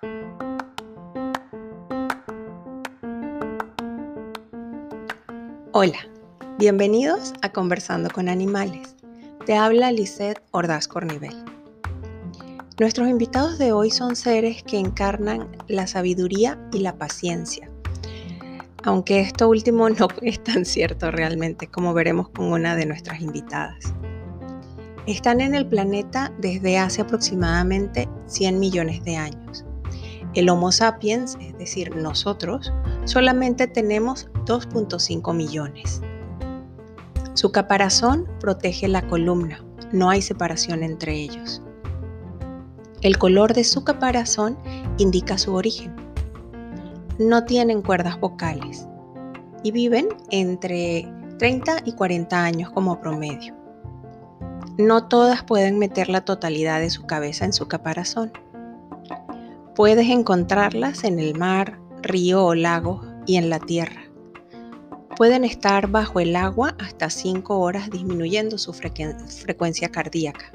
Hola, bienvenidos a Conversando con Animales. Te habla Lisette Ordaz Cornivel. Nuestros invitados de hoy son seres que encarnan la sabiduría y la paciencia, aunque esto último no es tan cierto realmente, como veremos con una de nuestras invitadas. Están en el planeta desde hace aproximadamente 100 millones de años. El Homo sapiens, es decir, nosotros, solamente tenemos 2.5 millones. Su caparazón protege la columna, no hay separación entre ellos. El color de su caparazón indica su origen. No tienen cuerdas vocales y viven entre 30 y 40 años como promedio. No todas pueden meter la totalidad de su cabeza en su caparazón. Puedes encontrarlas en el mar, río o lago y en la tierra. Pueden estar bajo el agua hasta 5 horas disminuyendo su frecuencia cardíaca.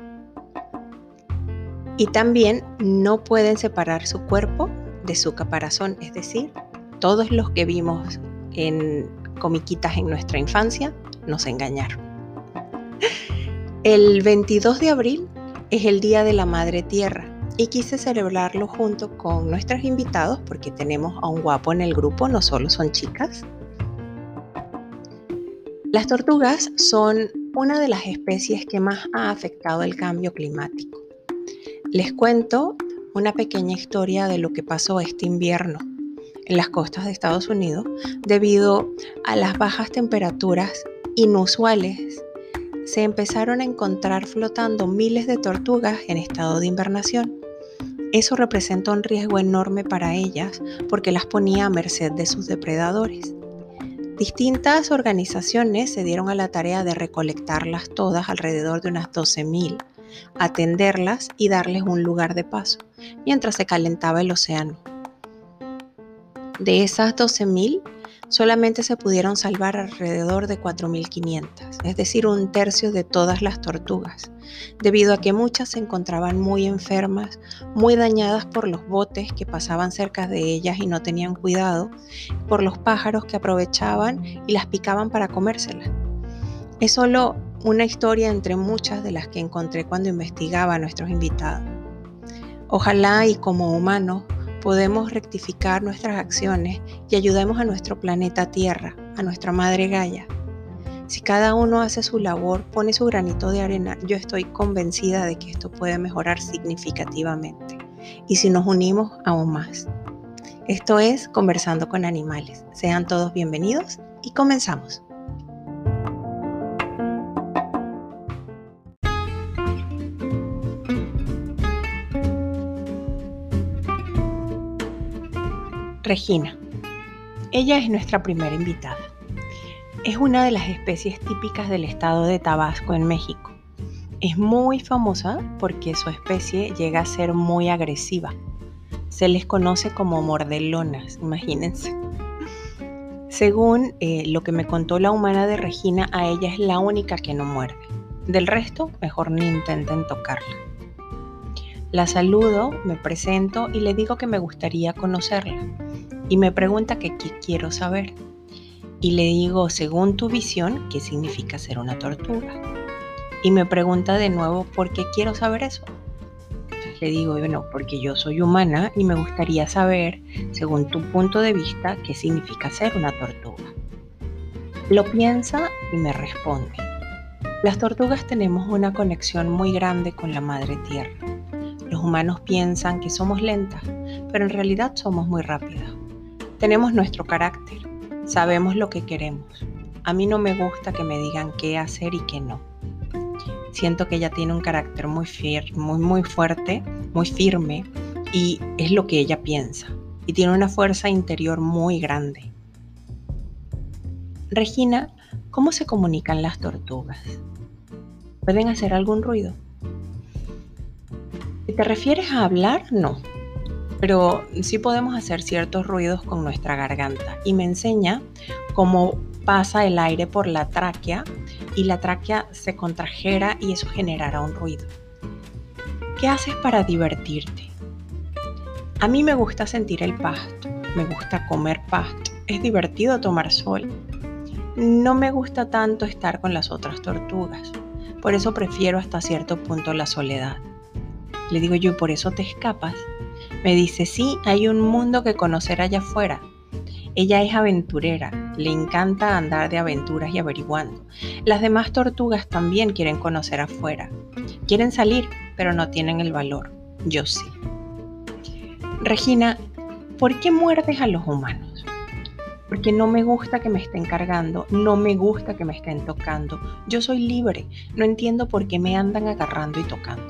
Y también no pueden separar su cuerpo de su caparazón, es decir, todos los que vimos en comiquitas en nuestra infancia nos engañaron. El 22 de abril es el Día de la Madre Tierra y quise celebrarlo junto con nuestros invitados porque tenemos a un guapo en el grupo, no solo son chicas. Las tortugas son una de las especies que más ha afectado el cambio climático. Les cuento una pequeña historia de lo que pasó este invierno en las costas de Estados Unidos debido a las bajas temperaturas inusuales. Se empezaron a encontrar flotando miles de tortugas en estado de invernación. Eso representa un riesgo enorme para ellas porque las ponía a merced de sus depredadores. Distintas organizaciones se dieron a la tarea de recolectarlas todas, alrededor de unas 12,000, atenderlas y darles un lugar de paso, mientras se calentaba el océano. De esas 12,000, solamente se pudieron salvar alrededor de 4,500, es decir, un tercio de todas las tortugas, debido a que muchas se encontraban muy enfermas, muy dañadas por los botes que pasaban cerca de ellas y no tenían cuidado, por los pájaros que aprovechaban y las picaban para comérselas. Es solo una historia entre muchas de las que encontré cuando investigaba a nuestros invitados. Ojalá y como humanos podemos rectificar nuestras acciones y ayudemos a nuestro planeta Tierra, a nuestra madre Gaia. Si cada uno hace su labor, pone su granito de arena, yo estoy convencida de que esto puede mejorar significativamente. Y si nos unimos, aún más. Esto es Conversando con Animales. Sean todos bienvenidos y comenzamos. Regina. Ella es nuestra primera invitada. Es una de las especies típicas del estado de Tabasco en México. Es muy famosa porque su especie llega a ser muy agresiva. Se les conoce como mordelonas, imagínense. Según lo que me contó la humana de Regina, a ella es la única que no muerde. Del resto, mejor ni intenten tocarla. La saludo, me presento y le digo que me gustaría conocerla. Y me pregunta que qué quiero saber. Y le digo, según tu visión, ¿qué significa ser una tortuga? Y me pregunta de nuevo, ¿por qué quiero saber eso? Entonces le digo, bueno, porque yo soy humana y me gustaría saber, según tu punto de vista, qué significa ser una tortuga. Lo piensa y me responde. Las tortugas tenemos una conexión muy grande con la madre tierra. Los humanos piensan que somos lentas, pero en realidad somos muy rápidas. Tenemos nuestro carácter, sabemos lo que queremos. A mí no me gusta que me digan qué hacer y qué no. Siento que ella tiene un carácter muy fuerte, muy firme, y es lo que ella piensa. Y tiene una fuerza interior muy grande. Regina, ¿cómo se comunican las tortugas? ¿Pueden hacer algún ruido? Si te refieres a hablar, no. Pero sí podemos hacer ciertos ruidos con nuestra garganta. Y me enseña cómo pasa el aire por la tráquea y la tráquea se contrajera y eso generará un ruido. ¿Qué haces para divertirte? A mí me gusta sentir el pasto, me gusta comer pasto, es divertido tomar sol. No me gusta tanto estar con las otras tortugas, por eso prefiero hasta cierto punto la soledad. Le digo yo, ¿por eso te escapas? Me dice, sí, hay un mundo que conocer allá afuera. Ella es aventurera, le encanta andar de aventuras y averiguando. Las demás tortugas también quieren conocer afuera. Quieren salir, pero no tienen el valor. Yo sí. Regina, ¿por qué muerdes a los humanos? Porque no me gusta que me estén cargando, no me gusta que me estén tocando. Yo soy libre, no entiendo por qué me andan agarrando y tocando.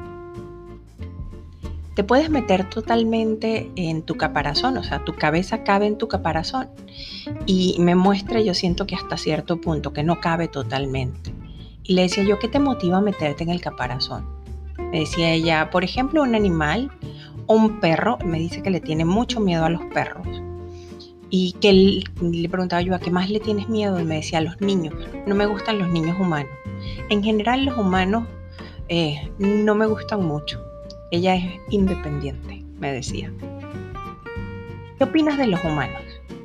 Te puedes meter totalmente en tu caparazón, o sea, tu cabeza cabe en tu caparazón. Y me muestra, yo siento que hasta cierto punto, que no cabe totalmente. Y le decía yo, ¿qué te motiva a meterte en el caparazón? Me decía ella, por ejemplo, un animal o un perro, me dice que le tiene mucho miedo a los perros. Y que le preguntaba yo, ¿a qué más le tienes miedo? Y me decía, a los niños. No me gustan los niños humanos. En general, los humanos no me gustan mucho. Ella es independiente, me decía. ¿Qué opinas de los humanos?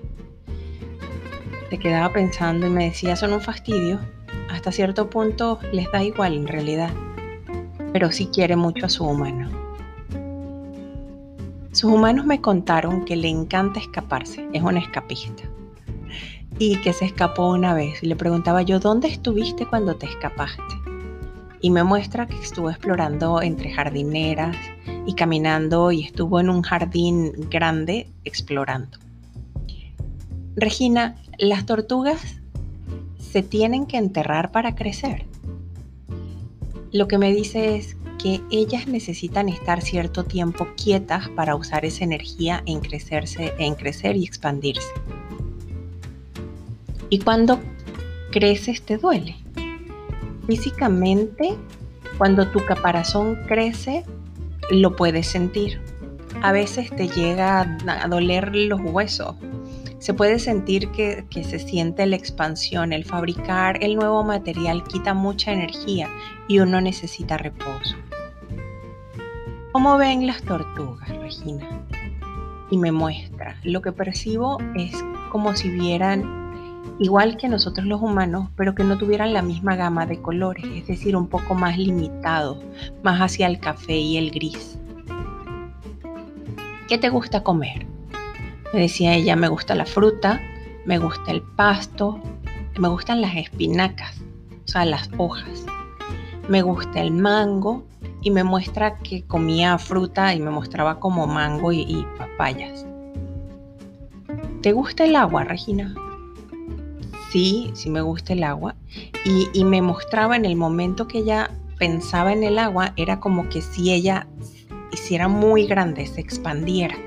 Te quedaba pensando y me decía, son un fastidio. Hasta cierto punto les da igual en realidad, pero sí quiere mucho a su humano. Sus humanos me contaron que le encanta escaparse, es un escapista. Y que se escapó una vez. Y le preguntaba yo, ¿dónde estuviste cuando te escapaste? Y me muestra que estuvo explorando entre jardineras y caminando y estuvo en un jardín grande explorando. Regina, las tortugas se tienen que enterrar para crecer. Lo que me dice es que ellas necesitan estar cierto tiempo quietas para usar esa energía en crecer y expandirse. Y cuando creces te duele. Físicamente, cuando tu caparazón crece, lo puedes sentir. A veces te llega a doler los huesos. Se puede sentir que se siente la expansión. El fabricar el nuevo material quita mucha energía y uno necesita reposo. ¿Cómo ven las tortugas, Regina? Y me muestra. Lo que percibo es como si vieran igual que nosotros los humanos, pero que no tuvieran la misma gama de colores, es decir, un poco más limitados, más hacia el café y el gris. ¿Qué te gusta comer? Me decía ella, me gusta la fruta, me gusta el pasto, me gustan las espinacas, o sea, las hojas. Me gusta el mango y me muestra que comía fruta y me mostraba como mango y papayas. ¿Te gusta el agua, Regina? Sí, sí me gusta el agua. Y me mostraba en el momento que ella pensaba en el agua, era como que si ella hiciera muy grande, se expandiera.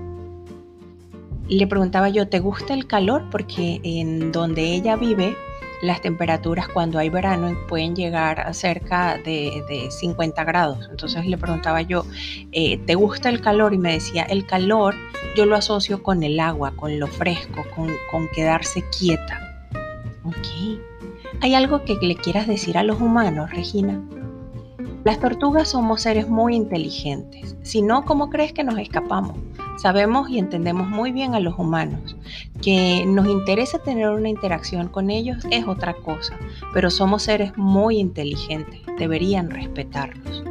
Le preguntaba yo, ¿te gusta el calor? Porque en donde ella vive, las temperaturas cuando hay verano pueden llegar a cerca de 50 grados. Entonces le preguntaba yo, ¿te gusta el calor? Y me decía, el calor yo lo asocio con el agua, con lo fresco, con quedarse quieta. Ok. ¿Hay algo que le quieras decir a los humanos, Regina? Las tortugas somos seres muy inteligentes. Si no, ¿cómo crees que nos escapamos? Sabemos y entendemos muy bien a los humanos. Que nos interese tener una interacción con ellos es otra cosa, pero somos seres muy inteligentes. Deberían respetarnos.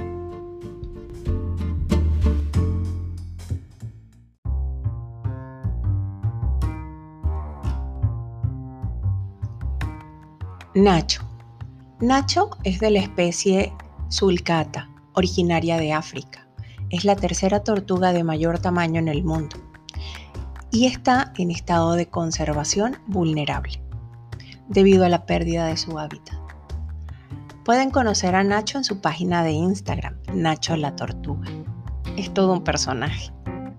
Nacho. Nacho es de la especie Sulcata, originaria de África. Es la tercera tortuga de mayor tamaño en el mundo y está en estado de conservación vulnerable debido a la pérdida de su hábitat. Pueden conocer a Nacho en su página de Instagram, Nacho la Tortuga. Es todo un personaje.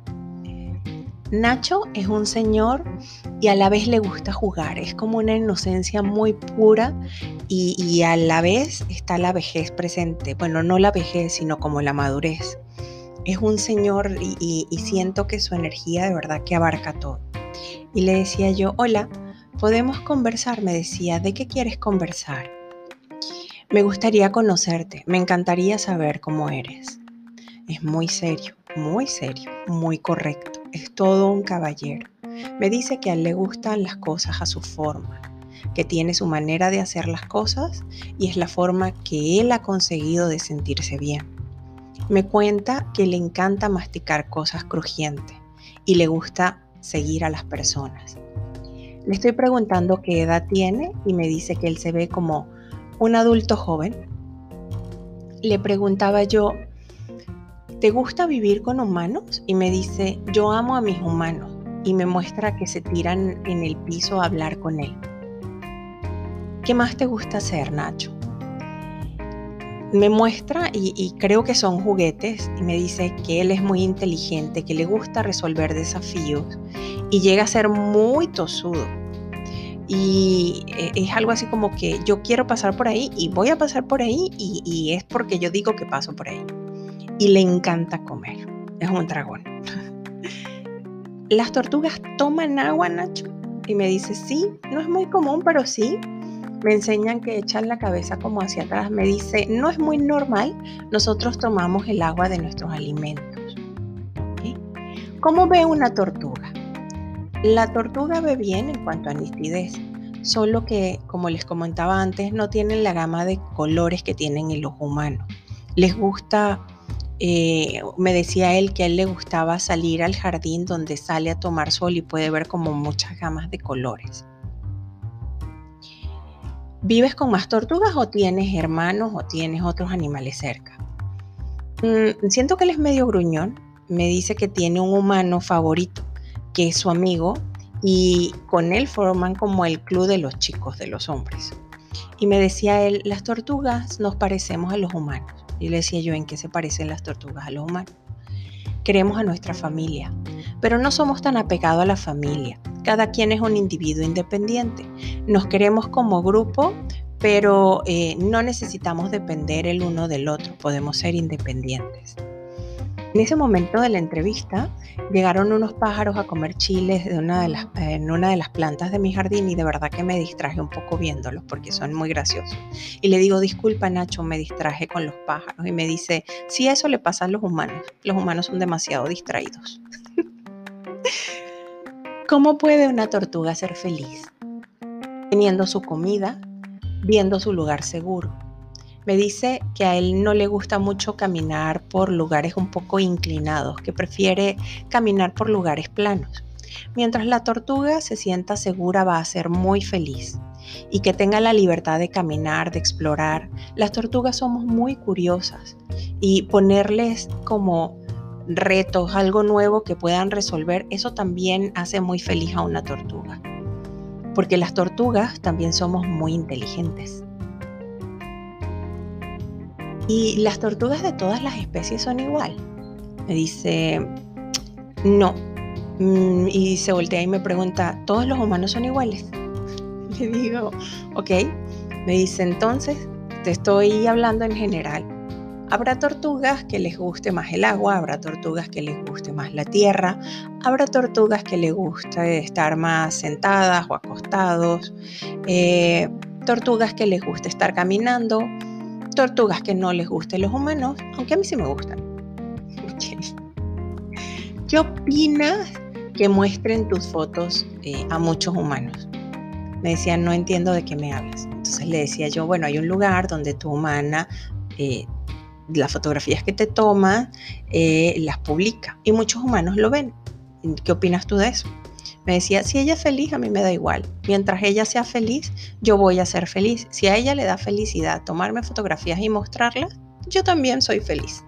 Nacho es un señor y a la vez le gusta jugar. Es como una inocencia muy pura y a la vez está la vejez presente. Bueno, no la vejez, sino como la madurez. Es un señor y siento que su energía de verdad que abarca todo. Y le decía yo, hola, ¿podemos conversar? Me decía, ¿de qué quieres conversar? Me gustaría conocerte, me encantaría saber cómo eres. Es muy serio. muy serio, muy correcto, es todo un caballero. Me dice que a él le gustan las cosas a su forma, que tiene su manera de hacer las cosas y es la forma que él ha conseguido de sentirse bien. Me cuenta que le encanta masticar cosas crujientes y le gusta seguir a las personas. Le estoy preguntando qué edad tiene y me dice que él se ve como un adulto joven. Le preguntaba yo, ¿te gusta vivir con humanos? Y me dice, yo amo a mis humanos. Y me muestra que se tiran en el piso a hablar con él. ¿Qué más te gusta hacer, Nacho? Me muestra y creo que son juguetes y me dice que él es muy inteligente, que le gusta resolver desafíos y llega a ser muy tosudo. Y es algo así como que yo quiero pasar por ahí y voy a pasar por ahí y es porque yo digo que paso por ahí. Y le encanta comer, es un dragón. ¿Las tortugas toman agua, Nacho? Y me dice, sí, no es muy común, pero sí. Me enseñan que echan la cabeza como hacia atrás. Me dice, no es muy normal, nosotros tomamos el agua de nuestros alimentos. ¿Sí? ¿Cómo ve una tortuga? La tortuga ve bien en cuanto a nitidez, solo que, como les comentaba antes, no tienen la gama de colores que tienen en los humanos. Les gusta, me decía él que a él le gustaba salir al jardín donde sale a tomar sol y puede ver como muchas gamas de colores. ¿Vives con más tortugas o tienes hermanos o tienes otros animales cerca? Siento que él es medio gruñón. Me dice que tiene un humano favorito, que es su amigo, y con él forman como el club de los chicos, de los hombres. Y me decía él, las tortugas nos parecemos a los humanos. Y le decía yo, ¿en qué se parecen las tortugas a los humanos? Queremos a nuestra familia, pero no somos tan apegados a la familia. Cada quien es un individuo independiente. Nos queremos como grupo, pero no necesitamos depender el uno del otro. Podemos ser independientes. En ese momento de la entrevista llegaron unos pájaros a comer chiles en una de las plantas de mi jardín y de verdad que me distraje un poco viéndolos porque son muy graciosos. Y le digo, disculpa Nacho, me distraje con los pájaros. Y me dice, sí, eso le pasa a los humanos son demasiado distraídos. ¿Cómo puede una tortuga ser feliz? Teniendo su comida, viendo su lugar seguro. Me dice que a él no le gusta mucho caminar por lugares un poco inclinados, que prefiere caminar por lugares planos. Mientras la tortuga se sienta segura va a ser muy feliz y que tenga la libertad de caminar, de explorar. Las tortugas somos muy curiosas y ponerles como retos, algo nuevo que puedan resolver, eso también hace muy feliz a una tortuga. Porque las tortugas también somos muy inteligentes. Y las tortugas de todas las especies son igual. Me dice, no. Y se voltea y me pregunta, ¿todos los humanos son iguales? Le digo, ok. Me dice, entonces, te estoy hablando en general. Habrá tortugas que les guste más el agua, habrá tortugas que les guste más la tierra, habrá tortugas que les guste estar más sentadas o acostados, tortugas que les guste estar caminando, tortugas que no les gusten los humanos, aunque a mí sí me gustan. Okay. ¿Qué opinas que muestren tus fotos a muchos humanos? Me decían, no entiendo de qué me hablas. Entonces le decía yo, bueno, hay un lugar donde tu humana las fotografías que te toma las publica y muchos humanos lo ven. ¿Qué opinas tú de eso? Me decía, si ella es feliz, a mí me da igual. Mientras ella sea feliz, yo voy a ser feliz. Si a ella le da felicidad tomarme fotografías y mostrarlas, yo también soy feliz.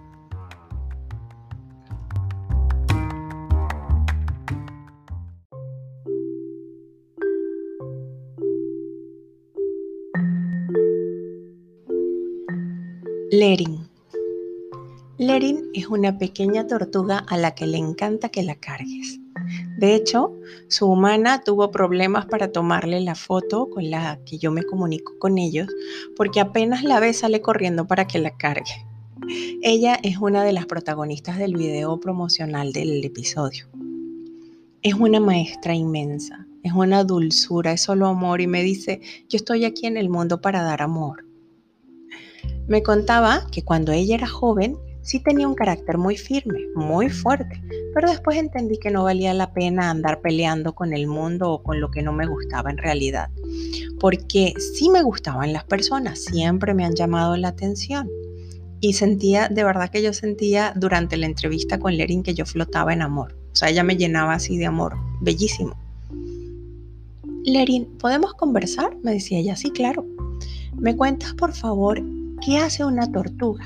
Lerin. Lerin es una pequeña tortuga a la que le encanta que la cargues. De hecho, su humana tuvo problemas para tomarle la foto con la que yo me comunico con ellos, porque apenas la ve sale corriendo para que la cargue. Ella es una de las protagonistas del video promocional del episodio. Es una maestra inmensa, es una dulzura, es solo amor y me dice, yo estoy aquí en el mundo para dar amor. Me contaba que cuando ella era joven, Sí tenía un carácter muy firme, muy fuerte, pero después entendí que no valía la pena andar peleando con el mundo o con lo que no me gustaba en realidad, porque sí me gustaban las personas, siempre me han llamado la atención. Y sentía, de verdad que yo sentía durante la entrevista con Lerin que yo flotaba en amor. O sea, ella me llenaba así de amor, bellísimo. Lerin, ¿podemos conversar? Me decía ella, sí, claro. ¿Me cuentas, por favor, qué hace una tortuga?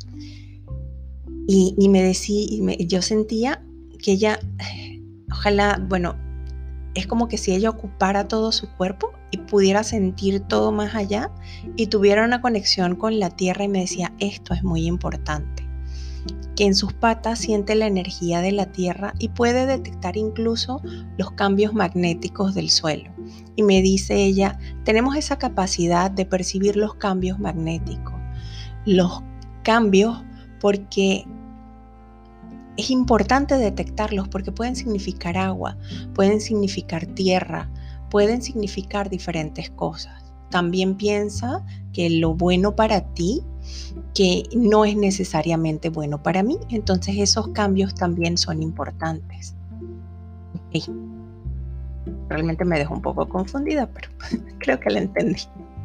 Y me decía, yo sentía que ella, ojalá, bueno, es como que si ella ocupara todo su cuerpo y pudiera sentir todo más allá y tuviera una conexión con la tierra, y me decía, esto es muy importante, que en sus patas siente la energía de la tierra y puede detectar incluso los cambios magnéticos del suelo. Y me dice ella, tenemos esa capacidad de percibir los cambios magnéticos, los cambios, porque es importante detectarlos porque pueden significar agua, pueden significar tierra, pueden significar diferentes cosas. También piensa que lo bueno para ti, que no es necesariamente bueno para mí, entonces esos cambios también son importantes. Y realmente me dejó un poco confundida, pero creo que la entendí.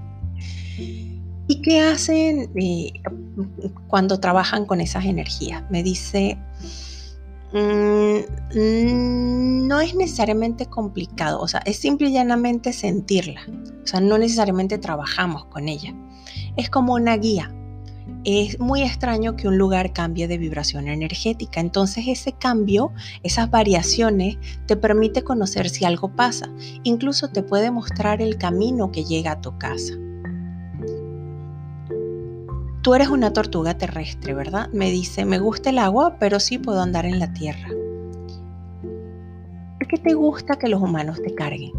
¿Y qué hacen cuando trabajan con esas energías? Me dice, no es necesariamente complicado, o sea, es simple y llanamente sentirla, o sea, no necesariamente trabajamos con ella, es como una guía. Es muy extraño que un lugar cambie de vibración energética, entonces ese cambio, esas variaciones, te permite conocer si algo pasa, incluso te puede mostrar el camino que llega a tu casa. Tú eres una tortuga terrestre, ¿verdad? Me dice, me gusta el agua, pero sí puedo andar en la tierra. ¿Por qué te gusta que los humanos te carguen?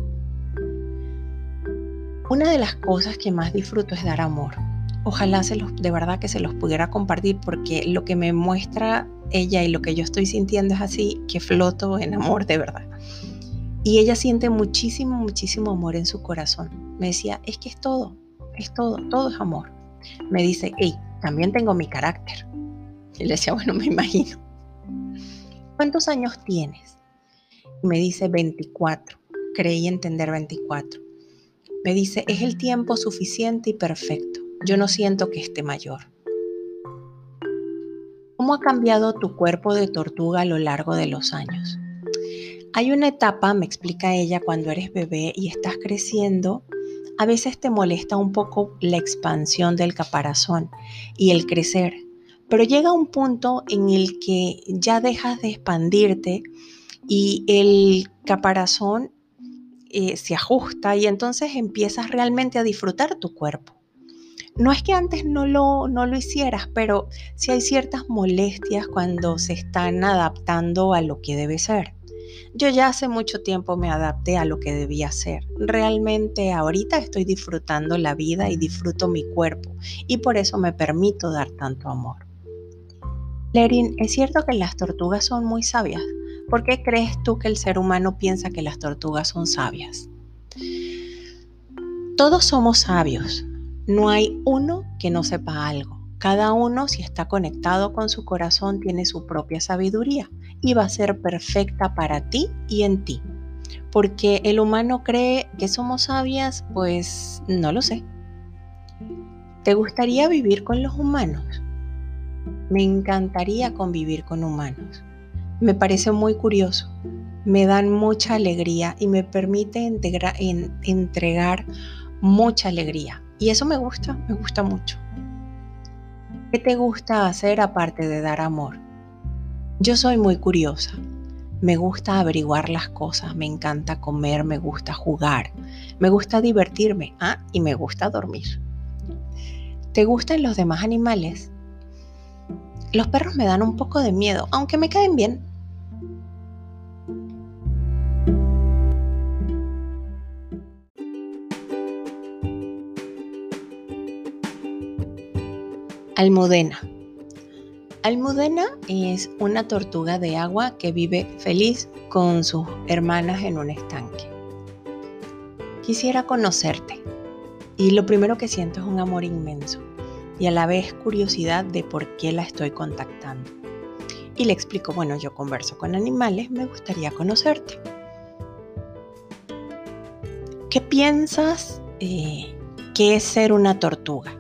Una de las cosas que más disfruto es dar amor. Ojalá de verdad que se los pudiera compartir, porque lo que me muestra ella y lo que yo estoy sintiendo es así, que floto en amor de verdad. Y ella siente muchísimo, muchísimo amor en su corazón. Me decía, es que es todo es amor. Me dice, hey, también tengo mi carácter. Y le decía, bueno, me imagino. ¿Cuántos años tienes? Y me dice 24. Creí entender 24. Me dice, es el tiempo suficiente y perfecto. Yo no siento que esté mayor. ¿Cómo ha cambiado tu cuerpo de tortuga a lo largo de los años? Hay una etapa, me explica ella, cuando eres bebé y estás creciendo, a veces te molesta un poco la expansión del caparazón y el crecer, pero llega un punto en el que ya dejas de expandirte y el caparazón se ajusta y entonces empiezas realmente a disfrutar tu cuerpo. No es que antes no lo hicieras, pero sí hay ciertas molestias cuando se están adaptando a lo que debe ser. Yo ya hace mucho tiempo me adapté a lo que debía ser. Realmente ahorita estoy disfrutando la vida y disfruto mi cuerpo, y por eso me permito dar tanto amor. Lerin, ¿es cierto que las tortugas son muy sabias? ¿Por qué crees tú que el ser humano piensa que las tortugas son sabias? Todos somos sabios. No hay uno que no sepa algo. Cada uno, si está conectado con su corazón, tiene su propia sabiduría y va a ser perfecta para ti y en ti. Porque el humano cree que somos sabias, pues no lo sé. ¿Te gustaría vivir con los humanos? Me encantaría convivir con humanos. Me parece muy curioso. Me dan mucha alegría y me permite entregar mucha alegría. Y eso me gusta mucho. ¿Qué te gusta hacer aparte de dar amor? Yo soy muy curiosa. Me gusta averiguar las cosas, me encanta comer, me gusta jugar, me gusta divertirme, y me gusta dormir. ¿Te gustan los demás animales? Los perros me dan un poco de miedo, aunque me caen bien. Almudena. Almudena es una tortuga de agua que vive feliz con sus hermanas en un estanque. Quisiera conocerte y lo primero que siento es un amor inmenso. y a la vez curiosidad de por qué la estoy contactando. Y le explico, bueno, yo converso con animales, me gustaría conocerte. ¿Qué piensas que es ser una tortuga?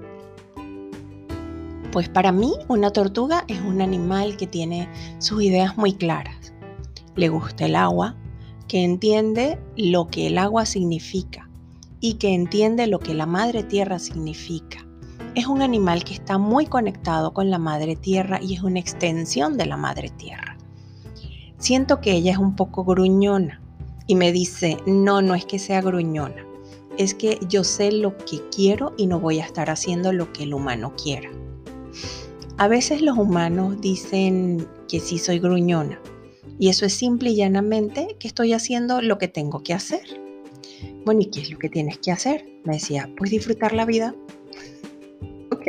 Pues para mí una tortuga es un animal que tiene sus ideas muy claras. Le gusta el agua, que entiende lo que el agua significa y que entiende lo que la madre tierra significa. Es un animal que está muy conectado con la madre tierra y es una extensión de la madre tierra. Siento que ella es un poco gruñona y me dice, no es que sea gruñona, es que yo sé lo que quiero y no voy a estar haciendo lo que el humano quiera. A veces los humanos dicen que sí soy gruñona y eso es simple y llanamente que estoy haciendo lo que tengo que hacer. Bueno, ¿y qué es lo que tienes que hacer? Me decía, pues disfrutar la vida. Ok.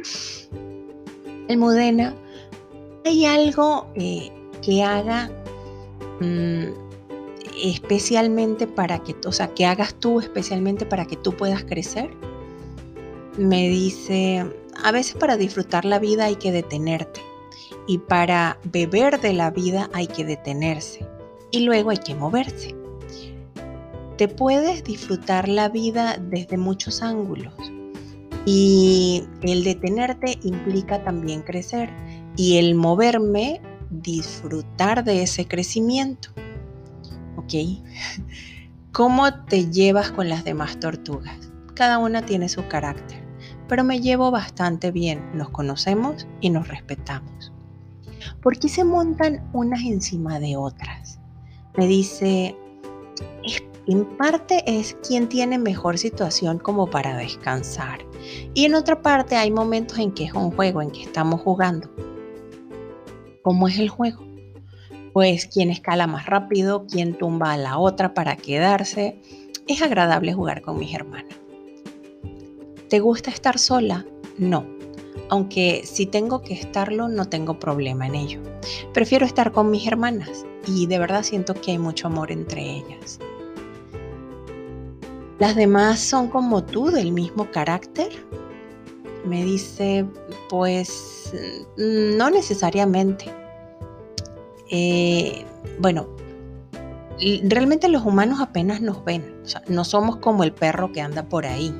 El Modena, ¿hay algo que haga especialmente para que, que hagas tú especialmente para que tú puedas crecer? Me dice, a veces para disfrutar la vida hay que detenerte y para beber de la vida hay que detenerse y luego hay que moverse. Te puedes disfrutar la vida desde muchos ángulos y el detenerte implica también crecer y el moverme, disfrutar de ese crecimiento. ¿Ok? ¿Cómo te llevas con las demás tortugas? Cada una tiene su carácter, pero me llevo bastante bien, nos conocemos y nos respetamos. ¿Por qué se montan unas encima de otras? Me dice, en parte es quien tiene mejor situación como para descansar. Y en otra parte hay momentos en que es un juego, en que estamos jugando. ¿Cómo es el juego? Pues quien escala más rápido, quien tumba a la otra para quedarse. Es agradable jugar con mis hermanas. ¿Te gusta estar sola? No. Aunque si tengo que estarlo, no tengo problema en ello. Prefiero estar con mis hermanas y de verdad siento que hay mucho amor entre ellas. ¿Las demás son como tú, del mismo carácter? Me dice, pues no necesariamente. Bueno, realmente los humanos apenas nos ven, no somos como el perro que anda por ahí.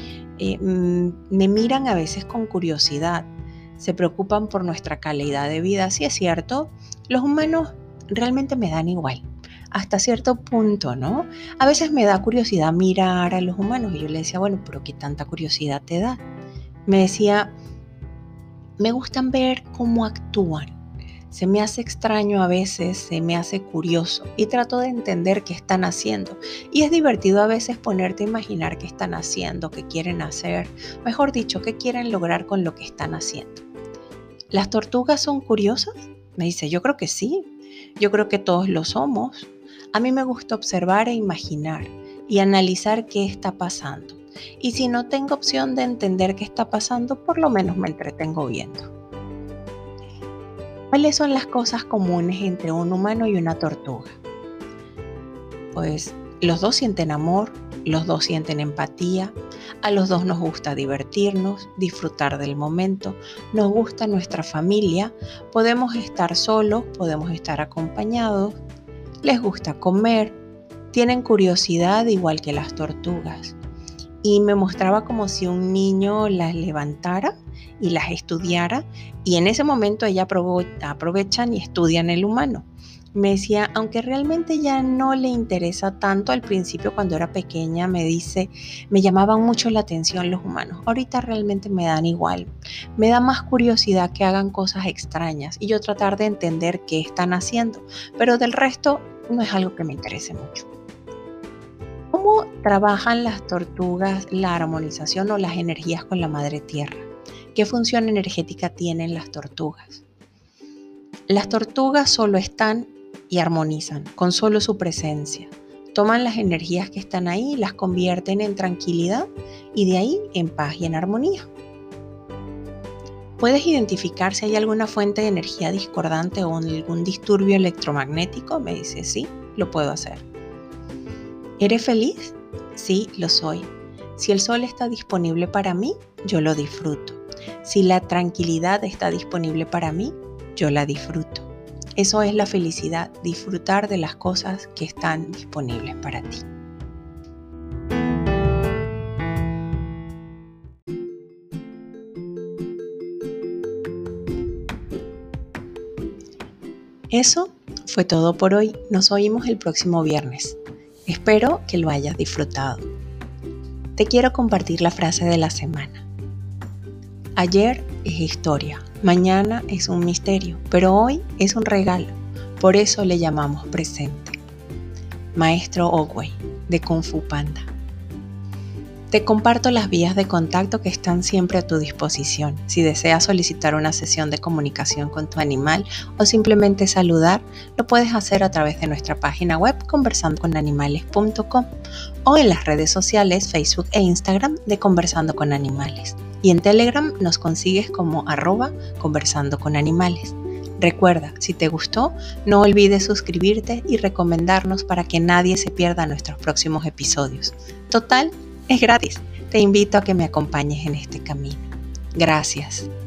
Me miran a veces con curiosidad, se preocupan por nuestra calidad de vida. Sí es cierto, los humanos realmente me dan igual, hasta cierto punto, ¿no? A veces me da curiosidad mirar a los humanos y yo le decía, bueno, pero ¿qué tanta curiosidad te da? Me decía, me gustan ver cómo actúan. Se me hace extraño a veces, se me hace curioso y trato de entender qué están haciendo. Y es divertido a veces ponerte a imaginar qué están haciendo, qué quieren hacer, mejor dicho, qué quieren lograr con lo que están haciendo. ¿Las tortugas son curiosas? Me dice, yo creo que sí, yo creo que todos lo somos. A mí me gusta observar e imaginar y analizar qué está pasando. Y si no tengo opción de entender qué está pasando, por lo menos me entretengo viendo. ¿Cuáles son las cosas comunes entre un humano y una tortuga? Pues los dos sienten amor, los dos sienten empatía, a los dos nos gusta divertirnos, disfrutar del momento, nos gusta nuestra familia, podemos estar solos, podemos estar acompañados, les gusta comer, tienen curiosidad igual que las tortugas. Y me mostraba como si un niño las levantara y las estudiara y en ese momento ellas aprovechan y estudian el humano. Me decía, aunque realmente ya no le interesa tanto, al principio cuando era pequeña me dice, me llamaban mucho la atención los humanos, ahorita realmente me dan igual, me da más curiosidad que hagan cosas extrañas y yo tratar de entender qué están haciendo, pero del resto no es algo que me interese mucho. ¿Cómo trabajan las tortugas la armonización o las energías con la madre tierra? ¿Qué función energética tienen las tortugas? Las tortugas solo están y armonizan con solo su presencia. Toman las energías que están ahí, las convierten en tranquilidad y de ahí en paz y en armonía. ¿Puedes identificar si hay alguna fuente de energía discordante o algún disturbio electromagnético? Me dice, sí, lo puedo hacer. ¿Eres feliz? Sí, lo soy. Si el sol está disponible para mí, yo lo disfruto. Si la tranquilidad está disponible para mí, yo la disfruto. Eso es la felicidad, disfrutar de las cosas que están disponibles para ti. Eso fue todo por hoy. Nos oímos el próximo viernes. Espero que lo hayas disfrutado. Te quiero compartir la frase de la semana. Ayer es historia, mañana es un misterio, pero hoy es un regalo. Por eso le llamamos presente. Maestro Oogway, de Kung Fu Panda. Te comparto las vías de contacto que están siempre a tu disposición. Si deseas solicitar una sesión de comunicación con tu animal o simplemente saludar, lo puedes hacer a través de nuestra página web conversandoconanimales.com o en las redes sociales Facebook e Instagram de Conversando con Animales. Y en Telegram nos consigues como @conversandoconanimales. Recuerda, si te gustó, no olvides suscribirte y recomendarnos para que nadie se pierda nuestros próximos episodios. Total, es gratis. Te invito a que me acompañes en este camino. Gracias.